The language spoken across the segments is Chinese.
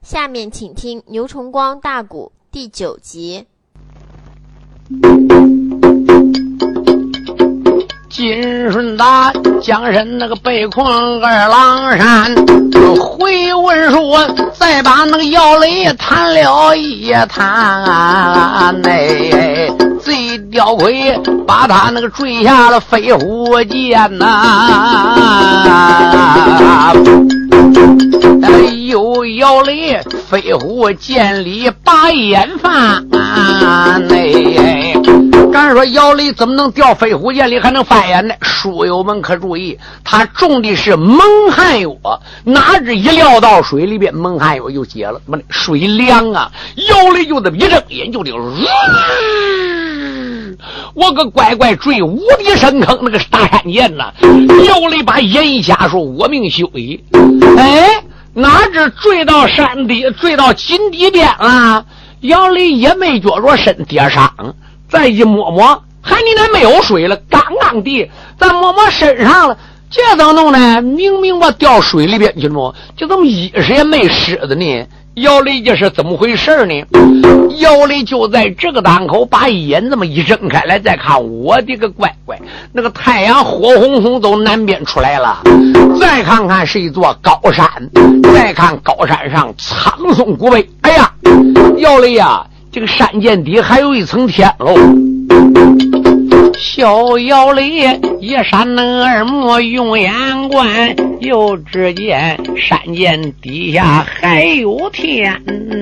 下面请听牛崇光大鼓第9集。 金顺达将身那个背困二郎山，回文说再把那个姚雷谈了一谈，贼刁魁把他那个坠下了飞虎剑有姚雷飞虎剑里把眼翻敢说姚雷怎么能掉飞虎剑里还能翻眼呢？书友们可注意，他中的是蒙汗药，哪知一撂到水里边，蒙汗药就解了，水凉啊！姚雷就这么一睁眼就我个乖乖坠无底深坑那个大山涧呐！姚雷把眼一瞎说：“我命休矣！”哪知坠到山底，坠到井底边了。姚雷也没觉着身跌伤，再一摸摸，还你那没有水了，刚刚地，再摸摸身上了，这怎么弄呢？明明我掉水里边去了，就这么衣裳也没湿的呢。姚雷这是怎么回事呢？姚雷就在这个档口把眼这么一睁开来，再看，我的个乖乖，那个太阳火红红都南边出来了。再看看是一座高山，再看高山上苍松古北。哎呀，姚雷呀，这个山涧底还有一层天喽。小姚雷一闪耳目用眼观，又只见山涧底下还有天。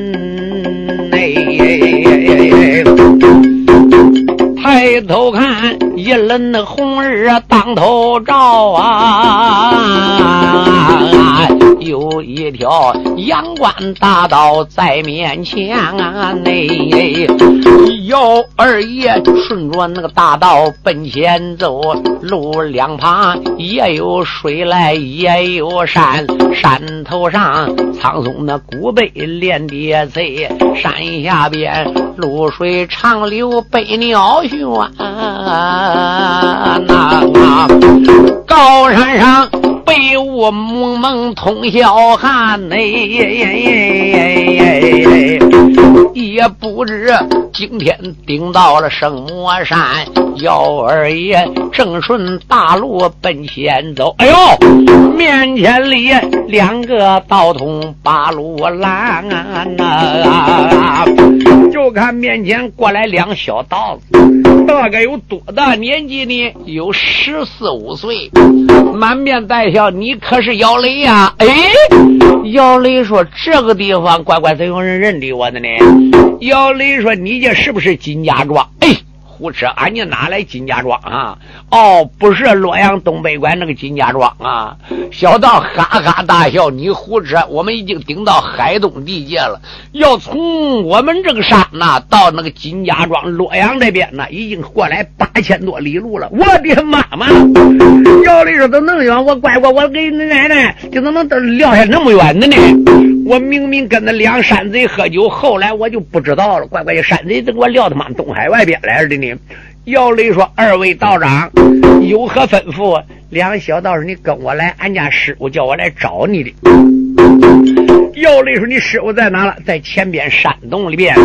抬头看，一轮的红日当头照啊，有一条阳关大道在面前啊，姚二爷顺着那个大道奔前走，路两旁也有水来也有山，山头上苍松的古北连叠翠，山下边露水长流北鸟旋高山上被雾蒙蒙通霄寒也不知今天顶到了圣魔山，姚二爷正顺大路奔前走，哎呦，面前里两个道通八路拦就看面前过来两小道子，大概有多大年纪呢？有14、15岁，满面带笑。你可是姚雷呀？姚雷说这个地方乖乖怎有人认得我的呢？姚雷说你这是不是金家庄？胡扯，俺家哪来金家庄啊？不是洛阳东北关那个金家庄啊！小道哈哈大笑，你胡扯，我们已经顶到海东地界了，要从我们这个山呐到那个金家庄洛阳这边呢，已经过来8000多里路了。我的妈妈！姚雷说都能远，我乖乖，我给你奶奶就怎么撂下那么远的呢？我明明跟那两山贼喝酒，后来我就不知道了。乖乖，山贼都给我撂他妈东海外边来了的呢。姚雷说：“二位道长有何吩咐？”两小道士，你跟我来，俺家师傅叫我来找你的。姚雷说：“你师傅在哪了？”在前边山洞里边。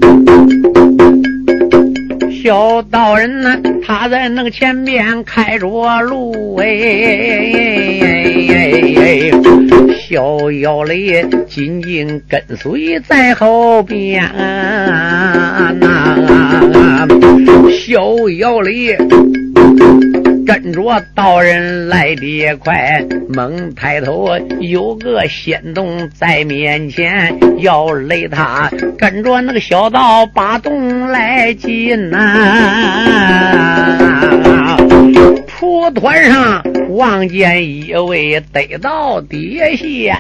小道人呢，他在那个前边开着路小姚雷紧紧跟随在后边小姚雷跟着道人来得快，猛抬头有个仙洞在面前，姚雷他跟着那个小道把洞来进蒲团上望见一位得道的仙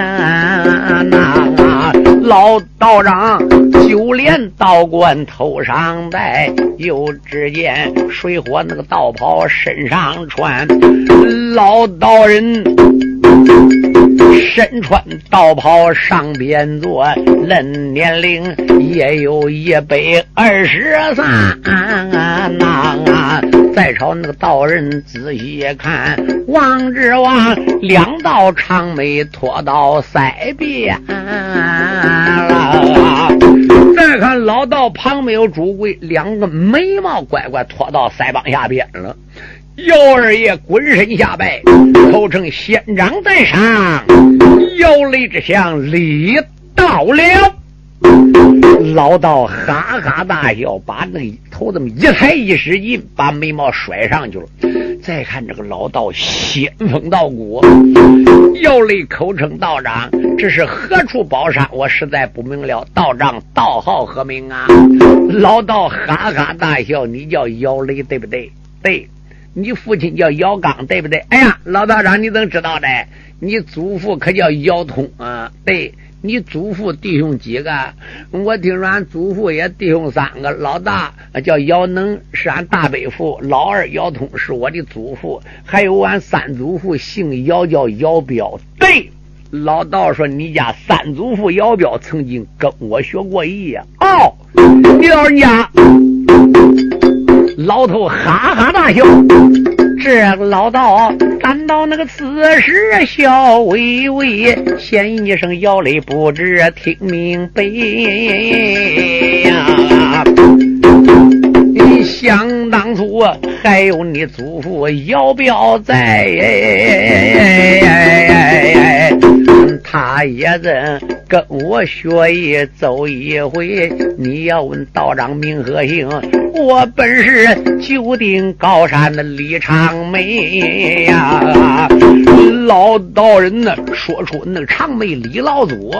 老道长九连道冠头上戴，又只见水火那个道袍身上穿，老道人身穿道袍上边坐，论年龄也有123 再朝那个道人仔细看，望之望两道长眉拖到腮边了。再看老道旁没有主柜，两个眉毛乖乖拖到腮帮下边了。姚二爷滚身下拜，头称县长在上，姚雷之相礼到了。老道哈哈大笑，把那头这么一抬一使劲，把眉毛甩上去了。再看这个老道仙风道骨，姚雷口称道长，这是何处宝山？我实在不明了。道长道号何名啊？老道哈哈大笑，你叫姚雷对不对？对。你父亲叫姚刚对不对？哎呀，老道长你怎么知道的？你祖父可叫姚通啊？对。你祖父弟兄几个？我听说俺祖父也弟兄3个，老大叫姚能是俺大伯父，老二姚通是我的祖父，还有俺3祖父姓姚叫姚彪。对，老道说你家3祖父姚彪曾经跟我学过艺呀。哦，你老人家，老头哈哈大笑。这个老道感到那个此时笑微微，先一声摇泪不知听明白呀。你想当初还有你祖父姚彪在，他也真跟我学艺走一回。你要问道长名和姓，我本是九鼎高山的李长梅呀。老道人呢说出那个长梅李老祖，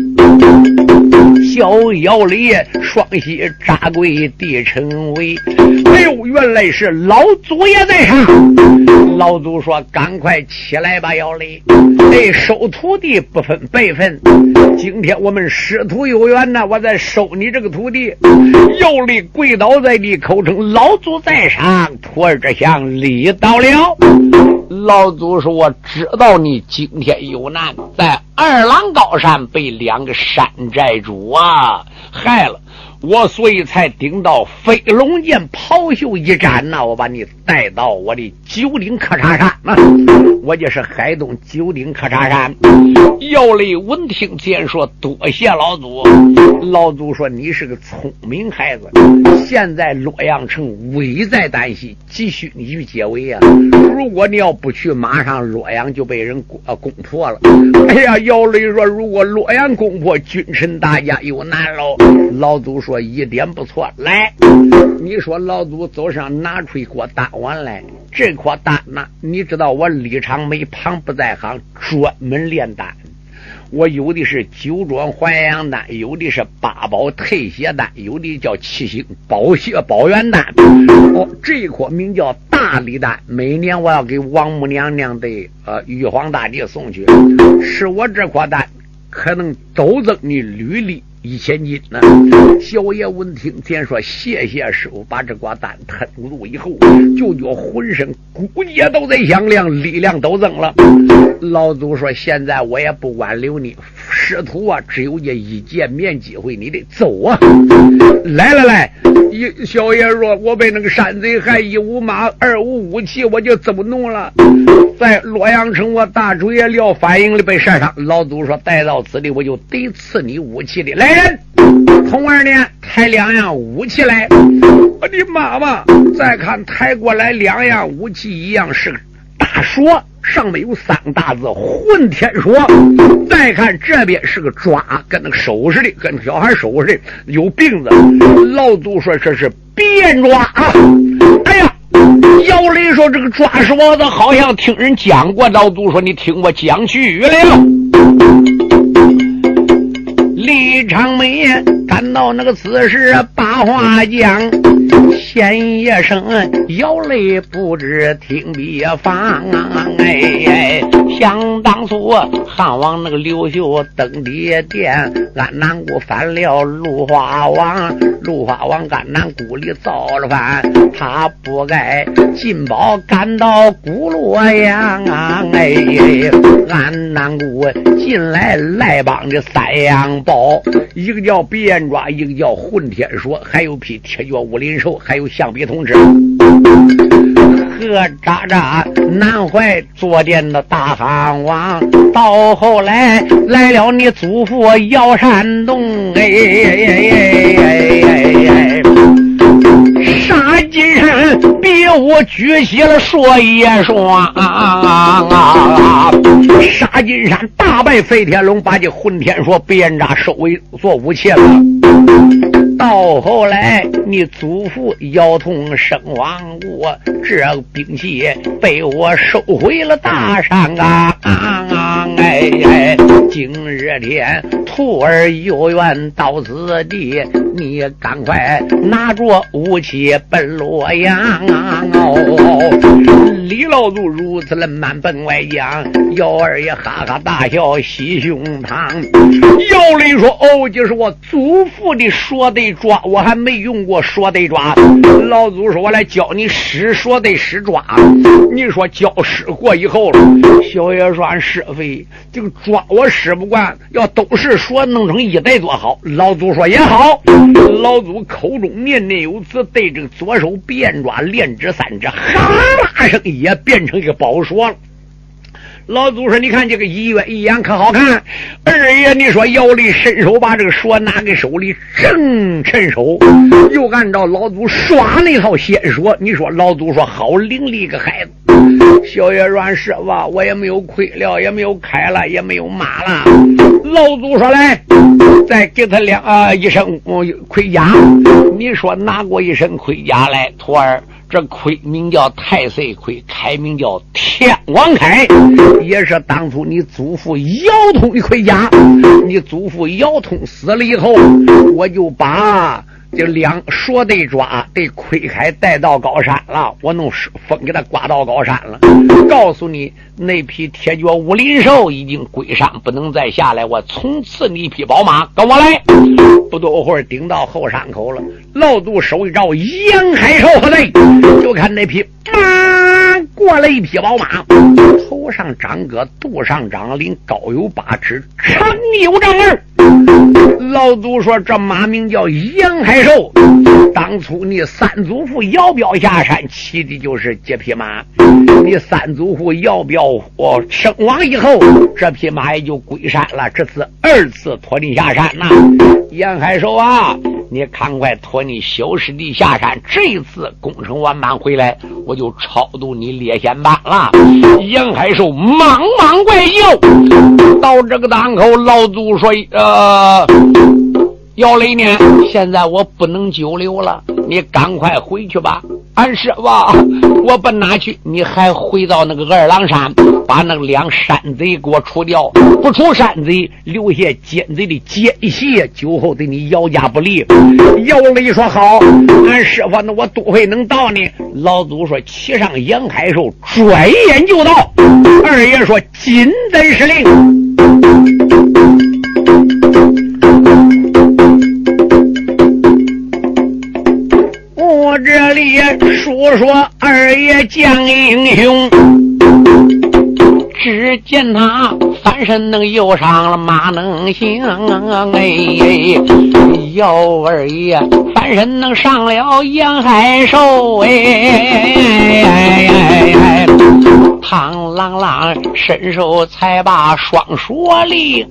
小姚里双膝扎跪地称为，哎呦，原来是老祖爷在上。老祖说赶快起来吧，姚里，哎，收徒弟不分辈分，今天我们师徒有缘呢，我再收你这个徒弟。姚里跪倒在地，口称老祖在上，徒儿之相礼到了。老祖说我知道你今天有难，在二郎高山被2个山寨主害了，我所以才顶到飞龙剑袍袖一展我把你带到我的九鼎喀嚓山我就是海东九鼎喀嚓山。姚雷闻听见说多谢老祖。老祖说你是个聪明孩子，现在洛阳城危在旦夕，急需你去解围如果你要不去，马上洛阳就被人攻破了。哎呀，姚雷说如果洛阳攻破，君臣大家有难喽。老祖说一点不错，来，你说老祖走上拿出一锅丹丸来，这锅丹呢，你知道我李长梅旁不在行，专门炼丹。我有的是九转还阳丹，有的是8宝退血丹，有的叫7星保元丹。这一颗名叫大力丹，每年我要给王母娘娘的玉皇大帝送去，是我这颗丹可能陡增你履历1000斤呢。小爷闻听见说谢谢师傅，把这瓜蛋吞入以后，就觉浑身骨节都在响亮，力量都增了。老祖说现在我也不挽留你，师徒只有这一见面机会，你得走来，小爷说我被那个山贼害，1无马2无武器，我就走弄了，在洛阳城我大主爷廖反应里被射伤。老祖说带到此地，我就得赐你武器的。来人，童儿呢抬2样武器来。我的妈妈，再看抬过来2样武器，一样是个大锁，上面有3个大字混天锁。再看这边是个抓，跟那个手似的，跟小孩手似的，有病子。老祖说这是变抓哎呀，姚雷说这个抓手子好像听人讲过。老祖说你听我讲去了。李长梅感到那个此时把话讲，先一声摇泪不知听别方想当初汉王那个刘秀登底殿，安南谷反了陆花王，陆花王安南谷里造了反，他不该进宝赶到古洛阳啊！哎，安南谷进来赖帮的三阳宝，一个叫鼻烟爪，一个叫混天说，还有匹铁脚武林兽，还有象鼻同志。何渣渣南怀坐殿的大汉王，到后来来了你祖父姚山东，杀金山别我举起了说一双，杀金山大败飞天龙，把这混天说别人渣收为做武器了。到后来你祖父姚通身亡故，这兵器被我收回了大山啊！今日天徒儿有缘到此地，你赶快拿着武器奔洛阳啊！李老祖如此冷慢奔外江，姚二爷哈哈大笑喜胸膛。姚雷说：“哦，就是我祖父的说的抓，我还没用过说的抓。老祖说我来教你使说的使抓。你说教使过以后了，小爷说是非，这个抓我使不惯，要都是说弄成一代多好。老祖说也好。老祖口中念念有词，对这个左手变抓连指三指，哈啦声也变成一个宝说了。老祖说：“你看这个一月一眼可好看。”二爷，你说姚力伸手把这个说拿给手里，正趁手，又按照老祖耍那套先说。你说老祖说好伶俐个孩子。小爷软是吧？我也没有亏了，也没有开了，也没有骂了。老祖说：“来，再给他一身盔甲。”你说拿过一身盔甲来，徒儿。这盔名叫太岁盔，铠名叫天王铠，也是当初你祖父姚通的盔甲。你祖父姚通死了以后，我就把这说得抓对盔铠带到高山了，我弄风给他刮到高山了。告诉你，那匹铁脚武林兽已经归山，不能再下来，我从此你一匹宝马跟我来。不多会儿顶到后山口了，老祖手一照，杨海兽和内，就看那匹过了一匹宝马，头上长个，肚上长鳞，高有8尺，长有丈2。老祖说这马名叫杨海兽，当初你三祖父姚彪下山骑的就是这匹马，你三祖父姚彪身亡以后，这匹马也就归山了，这次2次拖你下山呐。杨海兽啊，你赶快拖你小师弟下山，这一次功成完满回来，我就超度你列仙班了。杨海兽莽莽怪叫，到这个档口，老祖说姚雷年，现在我不能久留了，你赶快回去吧。俺是吧，我奔哪去？你还回到那个二郎山，把那2山贼给我除掉，不除山贼，留下奸贼的奸细，酒后对你姚家不利。姚雷说好，俺师傅那我多会能到呢？老祖说骑上杨海兽，转眼就到。二爷说谨遵使令。我这里说说二爷将英雄，只见他翻身能游上了马能行，姚二爷翻身能上了杨海兽，螳螂螂伸手才把双说令，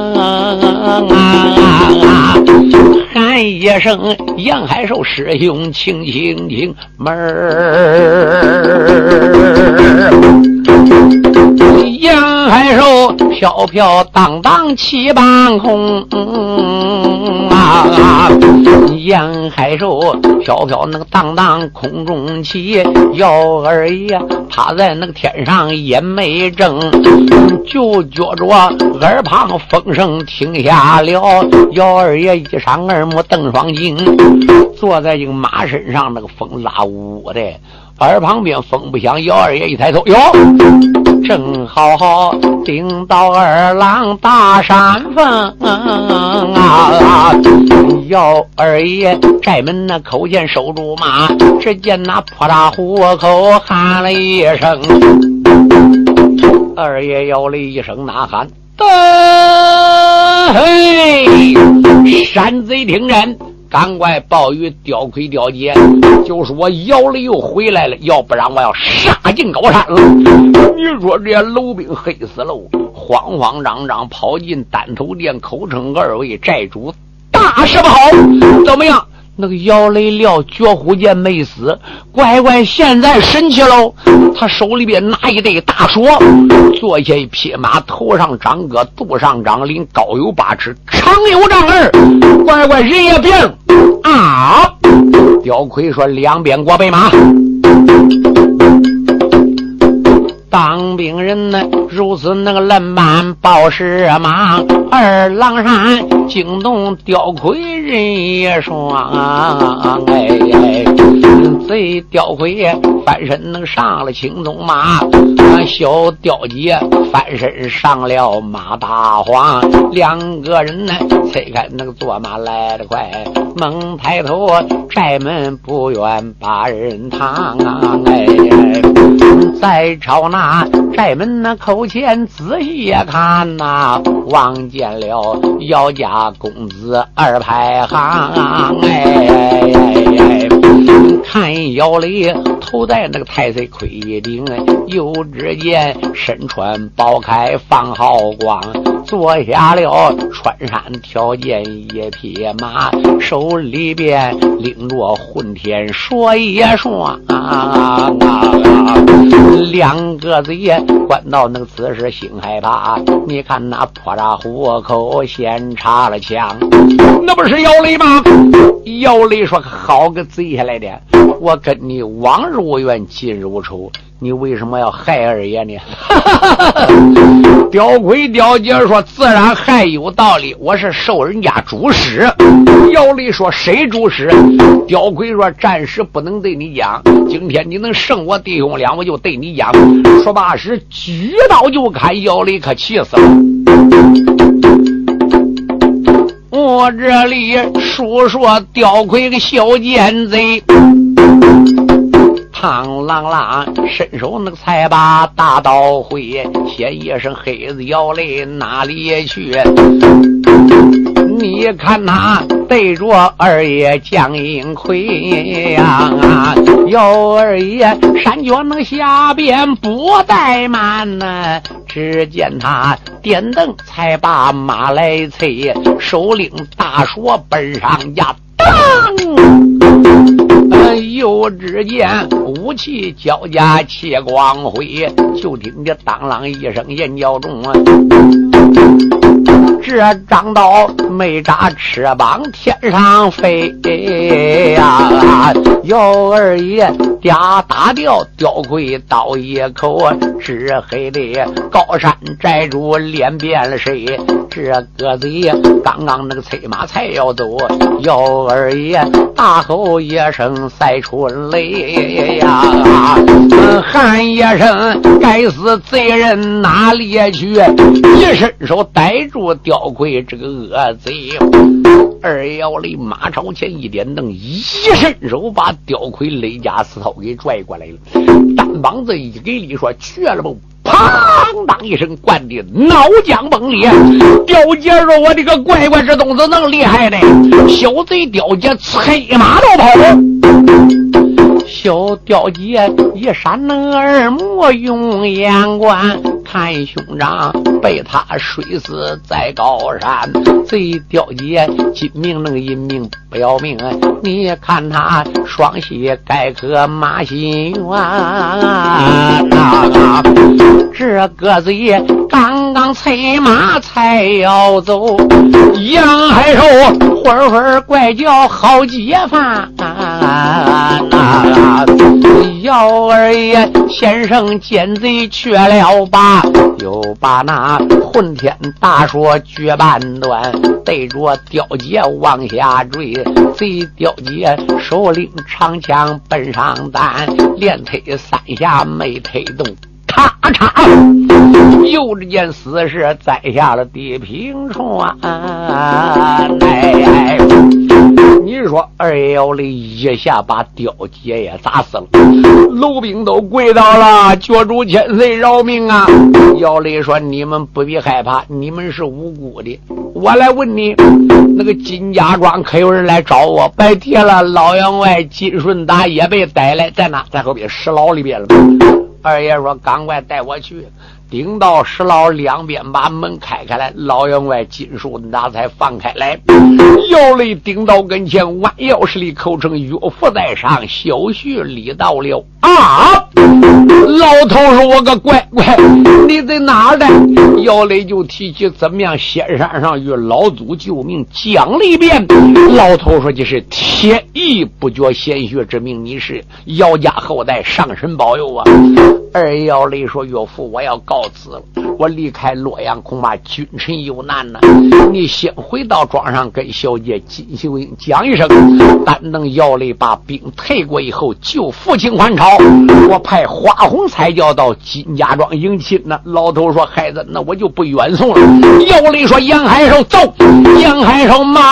喊一声杨海兽师兄请请请门儿，杨海兽飘飘荡荡起半空杨海兽飘飘那个荡荡空中起，姚二爷趴在那个天上也没正，就觉着耳旁风声停下了，姚二爷一上二目瞪双睛，坐在这个马身上，那个风拉呜呜的，耳旁边风不响，姚二爷一抬头，哟， 正好好顶到二郎大山峰啊！姚二爷寨门那口前守住马，只见那破大虎口喊了一声，二爷摇了一声呐喊，嘿！山贼听人，赶快报与刁魁刁杰，就说姚雷又回来了，要不然我要杀进高山了。你说这些楼兵黑死喽，慌慌张张跑进丹头殿，口称二位寨主大事不好，怎么样？那个姚雷撂绝虎剑没死，乖乖现在神奇喽！他手里边拿一对大锁，坐下一匹马，头上长戈，肚上长鳞，高有8尺，长有丈2，乖乖人也变了啊！刁魁说：“两边过备马。”当兵人呢，如此那个冷板报事马，二郎山惊动刁魁人也双，贼刁魁翻身能上了青鬃马，小刁杰翻身上了马大黄，两个人呢才看那个坐马来得快，猛抬头寨门不远把人趟再朝那寨门那口前仔细看呐，望见了姚家公子二排行，看姚雷头戴那个太岁盔顶，右只见身穿宝铠放浩光，坐下了穿山条件一匹马，手里边拎着混天说一说两个贼关到那个此时心害怕，你看那破大虎口先插了枪，那不是姚雷吗？姚雷说：“好个贼下来的，我跟你往如冤近如仇，你为什么要害二爷呢？”刁魁刁杰说：“自然还有道理，我是受人家主使。”姚雷说：“谁主使？”刁魁说：“暂时不能对你讲，今天你能胜我弟兄俩，我就对你讲。”说罢时举刀就砍，姚雷可气死了。我这里述说刁魁个小奸贼，螳螂啦伸手那个才把大刀挥，先一声黑子姚雷哪里去？你看他对着二爷江阴魁呀，姚二爷山脚能下边不怠慢呢，只见他点灯才把马来催，手领大锁奔上呀，当！又只见武器交加气光辉，就听见当啷一声眼角中这张刀没扎翅膀天上飞呀！姚二爷打掉刁魁刀一口，只黑的高山寨主脸变了谁？这个贼刚刚那个催马才要走，姚二爷大吼一声赛出泪呀！喊一声该死贼人哪里去？一伸手逮住刁魁这个恶贼，二姚雷马朝前一点灯，一伸手把刁魁雷家四头给拽过来了，单膀子一给力说去了不，砰当一声灌的脑浆崩裂。刁杰说：“我这个乖乖这东西能厉害的，小贼刁杰催马都跑。”小刁杰一闪那耳目，用眼观看兄长被他水死在高山，贼刁杰金命那个银命不要命，你看他双膝盖可马心冤这个贼刚刚催马才要走，杨海兽会会怪叫好几番姚二爷先生奸贼去了吧，又把那混天大锁举半段，对着刁杰往下坠，贼刁杰手领长枪奔上单，连推三下没推动，嘡叉叉，又这件死事栽下了地平川。你说二爷姚雷一下把刁姐也砸死了，楼兵都跪倒了，脚主千岁饶命啊！姚雷说：“你们不必害怕，你们是无辜的。我来问你，那个金家庄可有人来找我？白天了，老员外金顺达也被逮来，在哪？在后边石牢里边了。”二爷说：“赶快带我去。”顶到石牢两边把门开开来，老员外金顺达才放开来。姚雷顶到跟前，弯腰施礼，口称岳父在上，小婿礼到了。啊！老头说：“我个乖乖，你在哪儿的？”姚雷就提起怎么样仙山上与老祖救命讲了一遍。老头说：“这是天意不绝鲜血之命，你是姚家后代，上神保佑啊！”二姚雷说：“岳父，我要告辞了，我离开洛阳恐怕君臣有难呢。你先回到庄上跟小姐金秀英讲一声，但等姚雷把兵退过以后，救父亲还朝，我派花红彩轿到金家庄迎亲呢。”老头说：“孩子，那我就不远送了。”姚雷说：“杨海寿走。”杨海寿忙。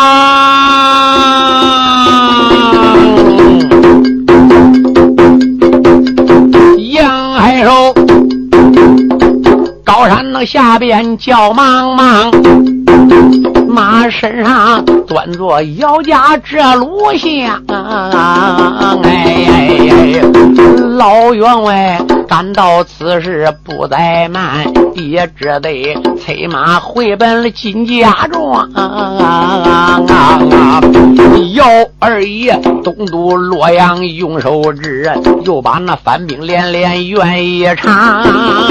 杨海寿高山那下边叫茫茫，马身上端坐姚家这路下。老员外感到此事不怠慢，也只得催马回奔金家庄。姚二爷东渡洛阳用手指，又把那反兵连连愿一场。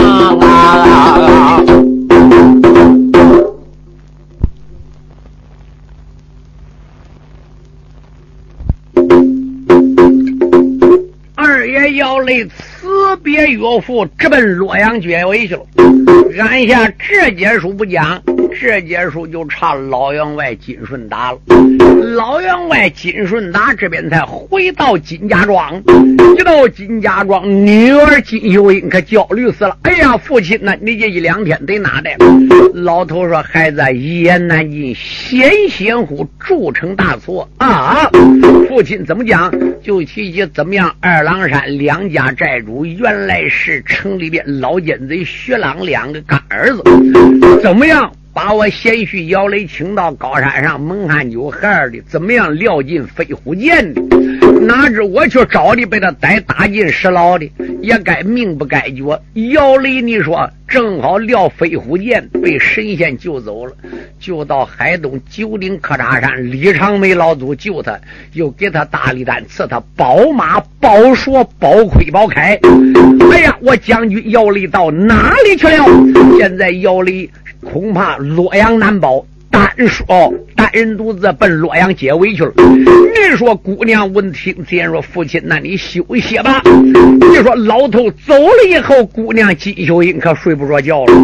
二爷姚雷辞别岳父，直奔洛阳解围去了。按下这节书不讲，这节书就差老员外金顺达了。老员外金顺达这边才回到金家庄，一到金家庄，女儿金秀英可焦虑死了。哎呀，父亲呢？你这一两天得哪的？老头说：“孩子，一言难尽，险险乎铸成大错啊！”父亲怎么讲？就提起怎么样，二郎山两家债主原来是城里边老奸贼薛朗两个干儿子，怎么样把我贤婿姚雷请到高山上蒙汉酒河的，怎么样撂进飞虎涧的，哪知我去找的被他打进石牢的，也该命不该绝。姚雷你说正好撂飞虎涧，被神仙救走了，就到海东九鼎客扎山，李长梅老祖救他，又给他大礼单，赐他宝马宝槊宝盔宝铠。哎呀，我将军姚雷到哪里去了？现在姚雷恐怕洛阳难保，单人独自奔洛阳解围去了。你说姑娘闻听见说：“父亲，那你休息吧。”你说老头走了以后，姑娘金秀英可睡不着觉了。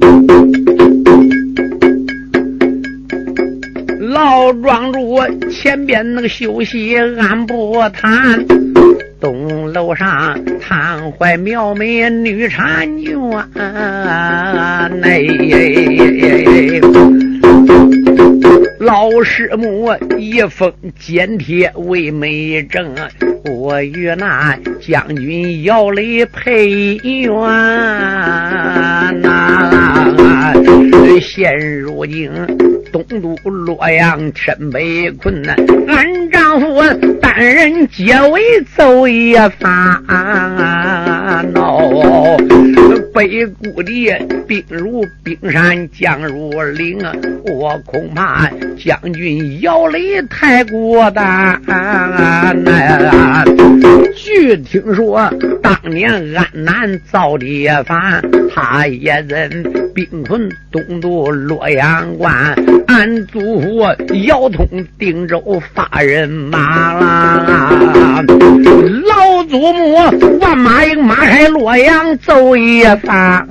老庄主前边那个休息按不谈，东楼上探怀妙美女婵娟，老师母一封简帖为美证，我与那将军姚雷配冤现如今东都洛阳身被困难，俺丈夫单人结为奏一番北固地兵如冰山将如岭，我恐怕将军姚雷太过大。据听说当年安南造的反，他也人兵困东都洛阳关，俺祖父姚通定州发人马啦，老祖母万马营马开洛阳奏一番。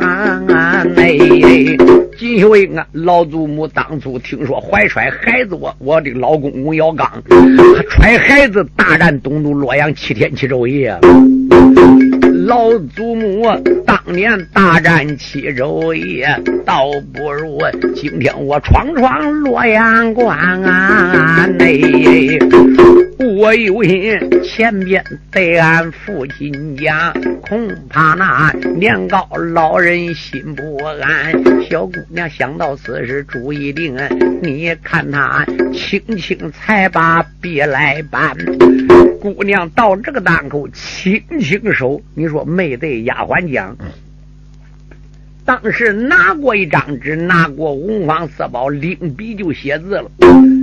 金秀英啊，老祖母当初听说怀揣孩子，我的老公公姚刚揣孩子大战东都洛阳7天7昼夜， 老祖母当年大战七州也，倒不如今天我闯闯洛阳关啊！我有心前边对俺父亲讲，恐怕那年高老人心不安。小姑娘想到此时主意定，你看她轻轻才把笔来搬。姑娘到这个档口轻轻手，你说没对丫鬟讲，当时拿过一张纸，拿过文房四宝，拎笔就写字了。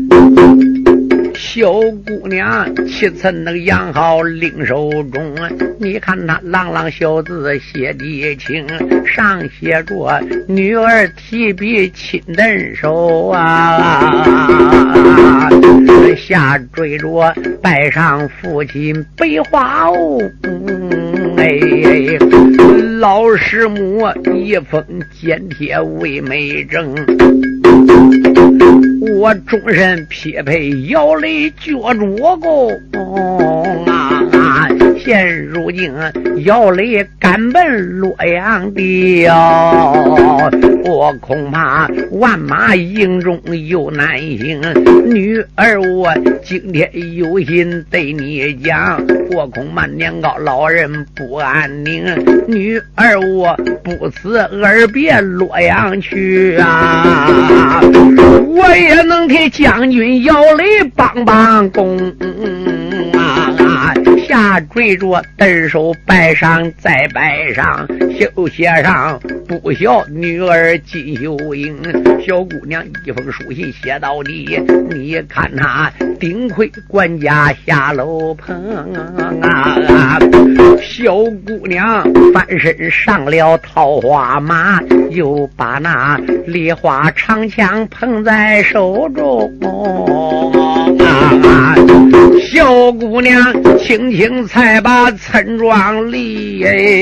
小姑娘七寸那个羊毫拎手中，你看她朗朗小字写的清，上写着女儿提笔亲登手啊，下缀着拜上父亲悲花哦，老师母一封笺帖为美正，我终身匹配摇雷脚着够啊！现如今摇雷赶奔洛阳的哦，我恐怕万马营中有难行。女儿我今天有心对你讲，我恐怕年高老人不安宁。女儿我不辞而别洛阳去啊，我也能替将军摇雷帮帮工啊！下坠着登手拜上再拜上，绣写上不孝女儿金秀英。小姑娘一封书信写到底，你看她顶盔官家下楼棚啊！小姑娘翻身上了桃花马，又把那梨花长枪捧在手中啊！小姑娘轻轻才把村庄里，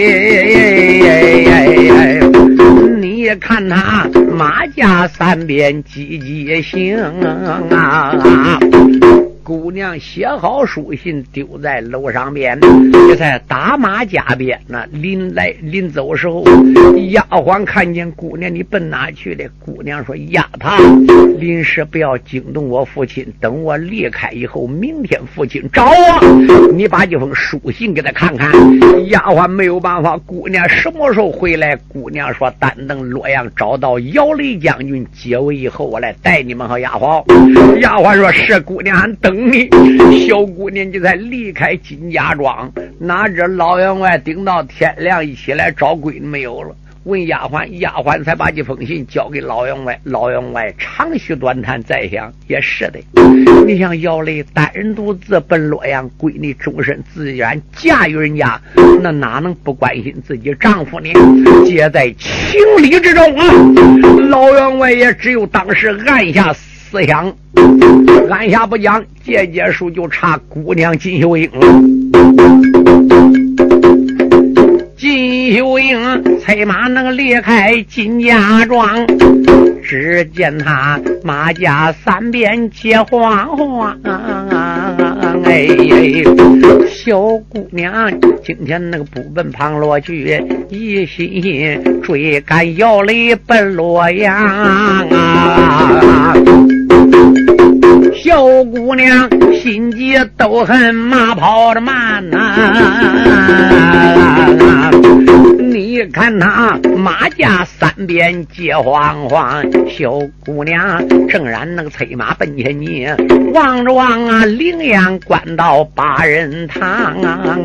你看她马家三边积极行啊！姑娘写好书信丢在楼上边，这才打马加鞭呢。临走时候，丫鬟看见姑娘，你奔哪去的？姑娘说：丫头，临时不要惊动我父亲，等我离开以后，明天父亲找我，你把这封书信给他看看。丫鬟没有办法，姑娘什么时候回来？姑娘说：单等洛阳找到姚雷将军解围以后，我来带你们和丫鬟。丫鬟说：是姑娘还等你。小姑娘就才离开金家庄，哪知老员外顶到天亮一起来找闺女没有了，问丫鬟，丫鬟才把这封信交给老员外。老员外长吁短叹，再想也是的，你像姚雷单人独自奔洛阳，闺女终身自然嫁于人家，那哪能不关心自己丈夫呢？皆在情理之中啊！老员外也只有当时按下思想，按下不讲，结束就差姑娘金秀英了。金秀英催马能离开金家庄，只见他马家三边结慌慌，小姑娘今天那个不奔旁落去，一心追赶姚雷奔洛阳啊！小姑娘心急都恨马跑的慢啊！你看她马家三边结慌慌，小姑娘正然那个催马奔前你，望着望啊，陵阳关到八人堂啊！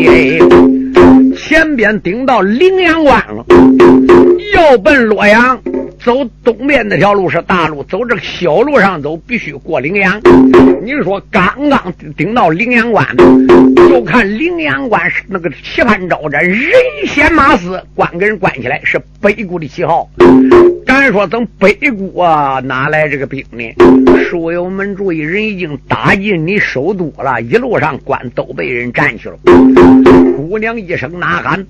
前边顶到陵阳关了，要奔洛阳。走东边那条路是大路，走这个小路上走必须过陵阳。你说刚刚顶到陵阳关，就看陵阳关是那个棋盘招展，人先马死，关给人关起来，是北固的旗号。敢说等北固啊，哪来这个兵呢？书友们注意，人已经打进你首都了，一路上关都被人占去了。姑娘一声呐喊，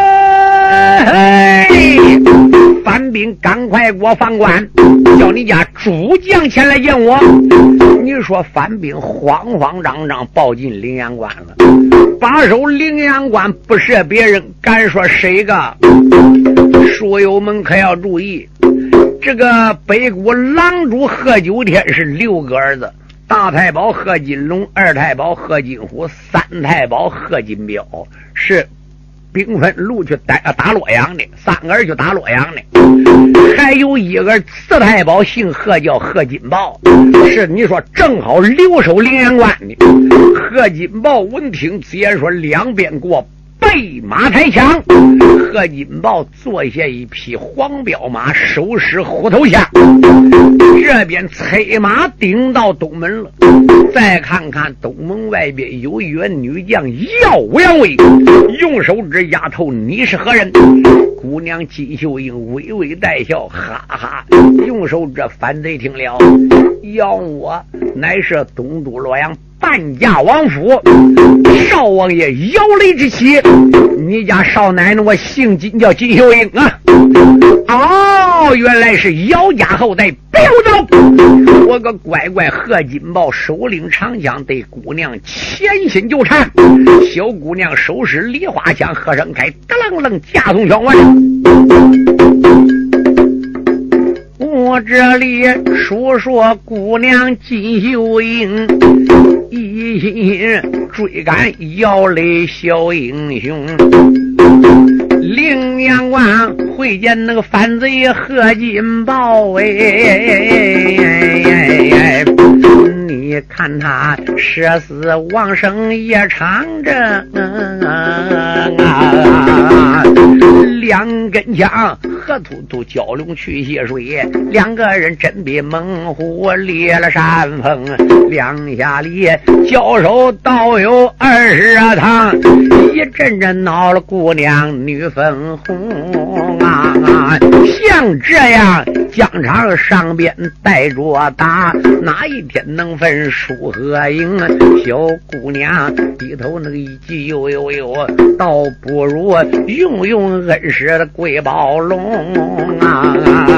反兵赶快给我放关，叫你家主将前来见我。你说反兵慌慌张张抱进陵阳关了， 把守灵阳关不是别人，敢说谁个？书友们可要注意，这个北国狼主贺九天是6个儿子，大太保贺金龙，二太保贺金虎，三太保贺金彪，是兵分路去打洛阳的，3个儿去打洛阳的，还有1个次太保姓贺，叫贺金豹，是你说正好留守灵阳关的。贺金豹闻听此言，说两边过备马抬枪。贺金豹坐下一匹黄骠马，手持虎头枪，这边催马顶到东门了。再看看东门外边有一员女将耀武扬威，用手指丫头你是何人？姑娘金秀英微微带笑，哈哈，用手指反贼听了，要我乃是东都洛阳半家王府少王爷姚雷之妻，你家少奶奶我姓金叫金秀英啊。哦，原来是姚家后代，不要走！我个乖乖贺金豹手领长枪对姑娘潜心纠缠，小姑娘手持梨花枪，喝声开，哒楞楞架从枪完。我这里说说姑娘金秀英，一心追赶姚雷小英雄，灵阳关会见那个反贼贺金豹你看他射死王生也长征两根枪何突突蛟龙去血水，两个人真比猛虎裂了山峰，两下里交手倒有20趟，一阵阵闹了姑娘女粉红啊！像这样疆场上边带着打，哪一天能分输和赢？小姑娘低头那个一句呦，倒不如用恩师的贵宝龙啊！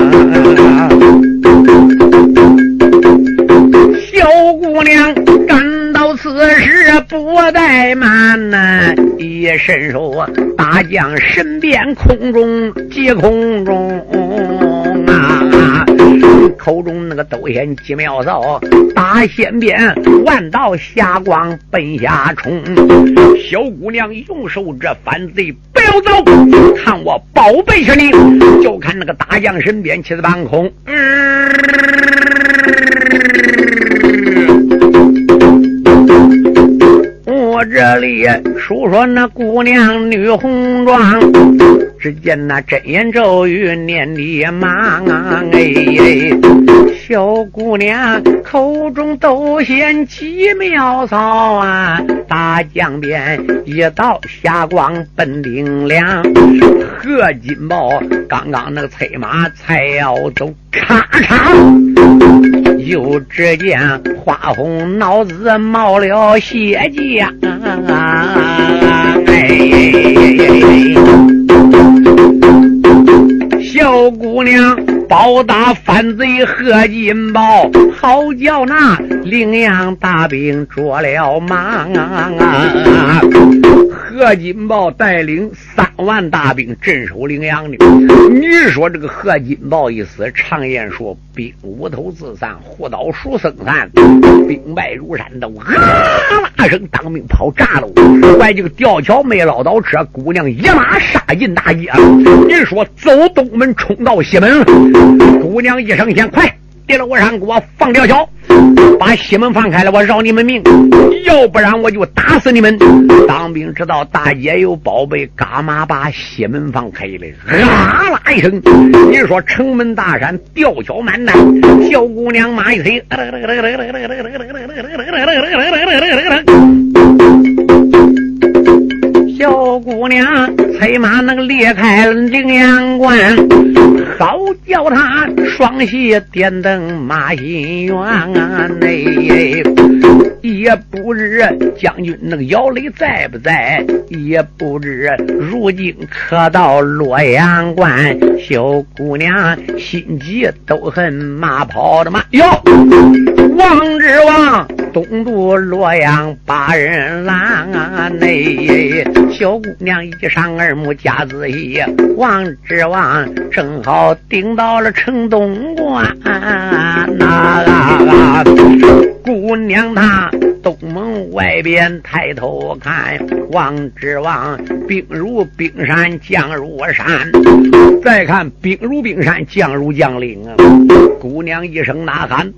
小姑娘感到此时不怠慢呐，一伸手大将身边空中接空中啊，口中那个斗仙几妙扫，大仙鞭万道霞光奔下冲。小姑娘用手这反贼不要走，看我宝贝是你，就看那个大将身边七字半空，我这里说说那姑娘女红妆，只见那真言咒语念的忙小姑娘口中斗仙奇妙骚啊，大江边一道霞光奔顶亮，贺金豹刚刚那个催马才要走，咔嚓又只见花红脑子冒了血浆小姑娘暴打反贼贺金豹，好叫那灵阳大兵着了忙贺金豹带领3万大兵镇守灵阳的。你说这个贺金豹一死，常言说兵无头自散，护岛鼠生散，兵败如山倒，啦声当兵跑炸了。外这个吊桥没捞到车，姑娘一马杀进大街。你说走东门冲到西门，姑娘一声先快跌了我上给我放吊桥，把西门放开了，我饶你们命，要不然我就打死你们。当兵知道大姐有宝贝，干嘛把西门放开了？啊啦一声，你说城门大闪，吊桥满弹，小姑娘马一推，小姑娘催马那个裂开了灵阳关，好叫他双喜点灯马心愿啊！也不知将军那个姚雷在不在，也不知如今可到洛阳关。小姑娘心急都恨马跑的马哟，王之王东渡洛阳八人郎啊，内小姑娘一上耳目夹仔细，望之望正好顶到了城东关那姑娘她东门外边抬头看，望之望兵如冰山将如山，再看兵如冰山将如将岭啊！姑娘一声呐喊，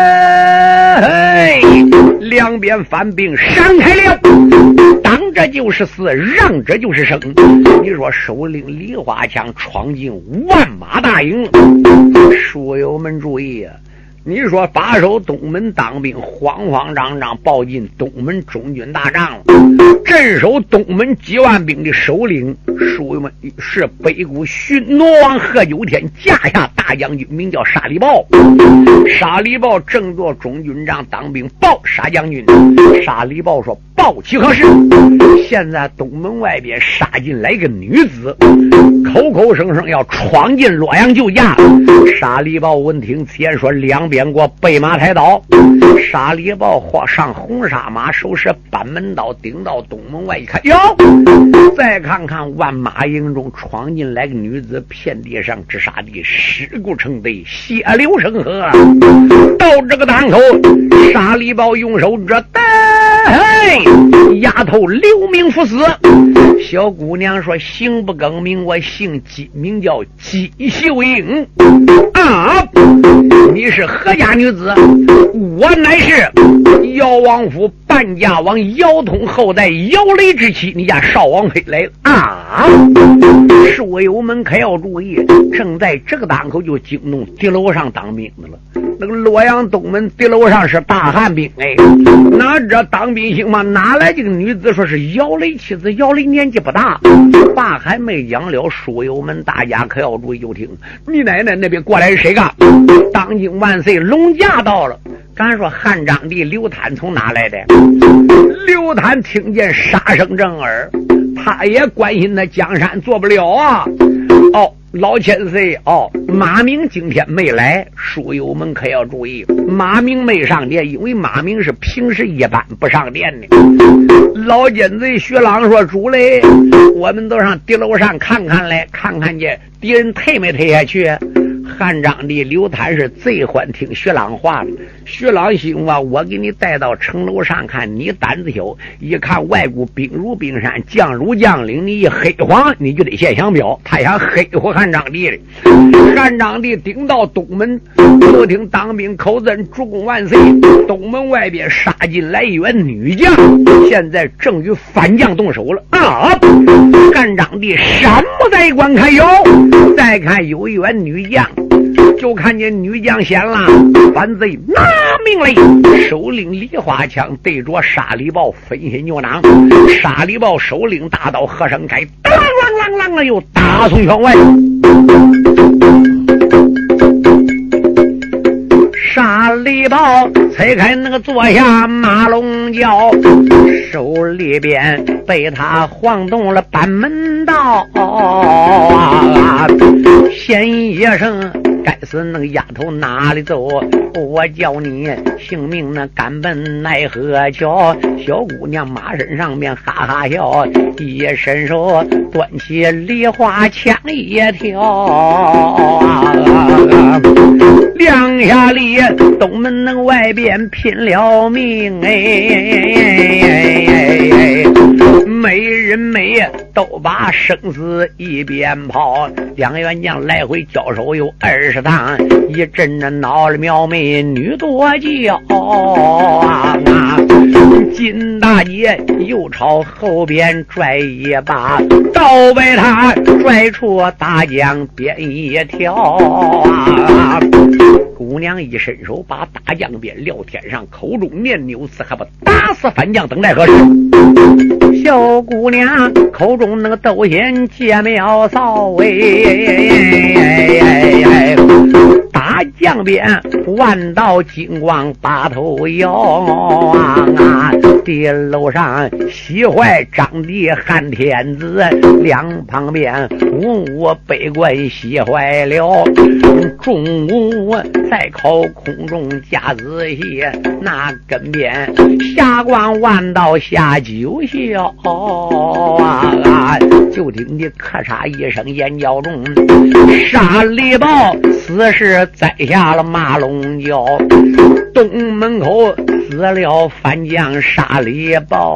两边反兵闪开了，挡着就是死，让着就是生。你说首领李华强闯进万马大营，书友们注意啊！你说把守东门当兵慌慌张张报进东门中军大帐了，镇守东门几万兵的首领属们是北谷巡挪王贺九天驾下大将军，名叫沙里豹。沙里豹正做中军帐当兵报沙将军，沙里豹说报其何事？现在东门外边杀进来个女子，口口声声要闯进洛阳救驾。沙里豹闻听此言，说两边给我备马抬刀。沙里豹上红纱马，手持板门刀，顶到东门外一看，哟，再看看万马营中闯进来个女子，遍地上之杀地，尸骨成堆，血流成河。到这个当口，沙里豹用手这丫头留名赴死。小姑娘说姓不更名，我姓姬，名叫姬秀英啊！你是何家女子？我乃是姚王府半家王姚通后代姚雷之妻，你家少王妃来啊！书友们可要注意，正在这个当口就惊动敌楼上当兵的了。那个洛阳东门敌楼上是大汉兵，哪这当兵行吗？哪来这个女子说是姚雷妻子？姚雷年纪不大，话还没讲了，书友们大家可要注意就听。你奶奶那边过来是谁干？当今万岁，龙驾到了。敢说汉章帝刘坦从哪来的？刘坦听见杀声震耳，他也关心那江山做不了啊。老千岁马明今天没来，书友们可要注意，马明没上殿，因为马明是平时一般不上殿的。老奸贼薛朗说，主嘞，我们都上敌楼上看看来，看看去敌人退没退下去。汉章帝刘坦是最欢听薛朗话的，薛朗心话，我给你带到城楼上看，你胆子小，一看外国兵如冰山将如将领，你一黑黄你就得现降表，他想黑乎汉章帝的。汉章帝顶到东门，就听当兵口尊主公万岁，东门外边杀进来一员女将，现在正与反将动手了啊！汉章帝闪不在观看，有再看有一员女将，就看见女将显了，反贼拿命来！首领李华强对着沙里豹分心牛囊，沙里豹首领大刀和声开，啷啷啷啷又打从圈外。沙里豹拆开那个坐下马龙角，手里边被他晃动了板门道先一声，该死那个丫头哪里走？我叫你性命那敢奔奈何桥？小姑娘马身上面哈哈笑，一伸手端起梨花枪一条两下里东门那外边拼了命没人没都把生死一边跑，两员将来回交手有20趟，一阵的闹了苗妹女多叫金大姐又朝后边拽一把，倒被他拽出大江边一条姑娘一伸手把大江边撂天上，口中念牛词，还不打死反将等待何时？小姑娘口中那个斗仙借妙扫大江边万道金光把头摇地楼上喜怀张帝汉天子，两旁边文武百官喜坏了， 中午再考空中加仔细，那跟边下官万道下九霄啊！就听你咔嚓一声眼角中，沙里豹此时栽下了马龙角，东门口死了反将沙里豹，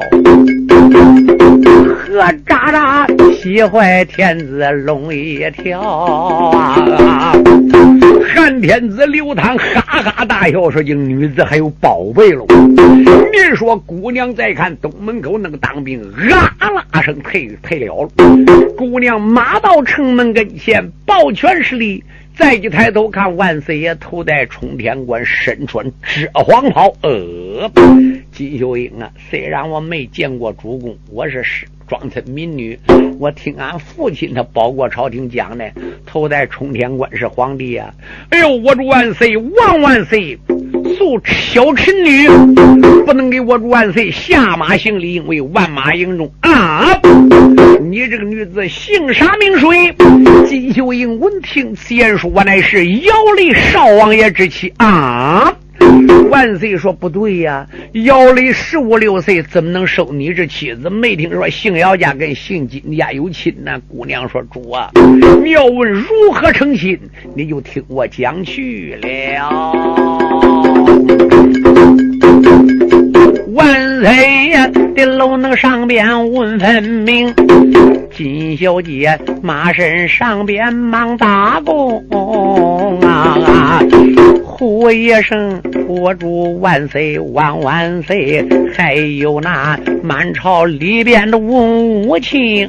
何渣渣喜坏天子龙一条啊！汉天子刘唐哈哈大笑说：“这女子还有宝贝喽！”别说姑娘再看东门口那个当兵，啊啦声退了。姑娘马到城门跟前，抱拳施礼。再一抬头看，万岁爷头戴冲天冠，身穿赭黄袍。金秀英啊，虽然我没见过主公，我是庄村民女，我听俺父亲他保过朝廷讲的，头戴冲天冠是皇帝啊！哎呦，我主万岁，万万岁！素小臣女不能给我主万岁下马行礼，因为万马营中啊！你这个女子姓啥名谁？金秀英闻听此言说，我乃是姚雷少王爷之妻啊！万岁说不对呀，姚雷15、16岁，怎么能收你这妻子？没听说姓姚家跟姓金家有亲呢？姑娘说主啊，你要问如何成亲，你就听我讲去了。万岁呀的楼能上边问分明，金小姐马身上边忙打工啊！呼一声我主万岁万万岁，还有那满朝里边的文武卿，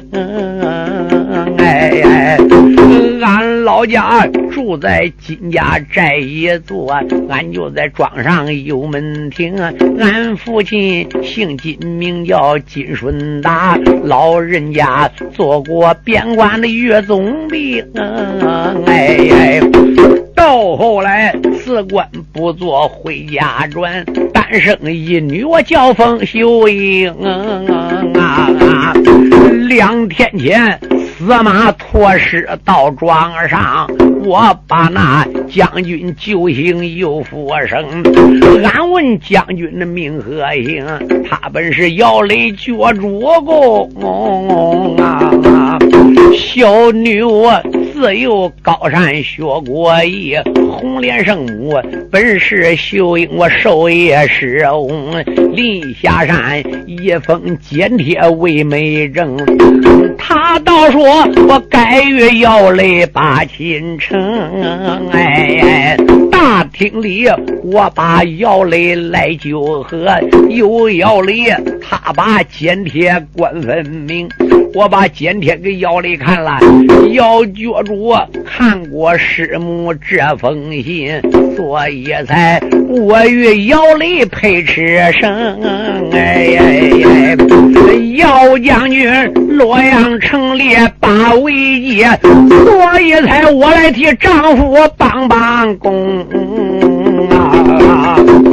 俺老家住在金家寨一座，俺就在庄上有门庭，俺父亲姓金名叫金顺达，老人家做过边关的岳总兵，到后来辞官不做回家转，单生一女我叫冯秀英2天前司马驮尸到庄上，我把那将军救醒又复生。俺问将军的名何姓？他本是姚雷脚主公小女我自幼高山学过艺，红莲圣母本是秀英我授业施翁，临下山一封简帖为美正，他倒说我该与姚雷把亲成。大厅里我把姚雷来救和，有姚雷他把简帖官分明，我把简帖给姚雷看了，姚教主看过师母这封信，所以才我与姚雷配吃生。姚将军洛阳城里把危机，所以才我来替丈夫帮帮工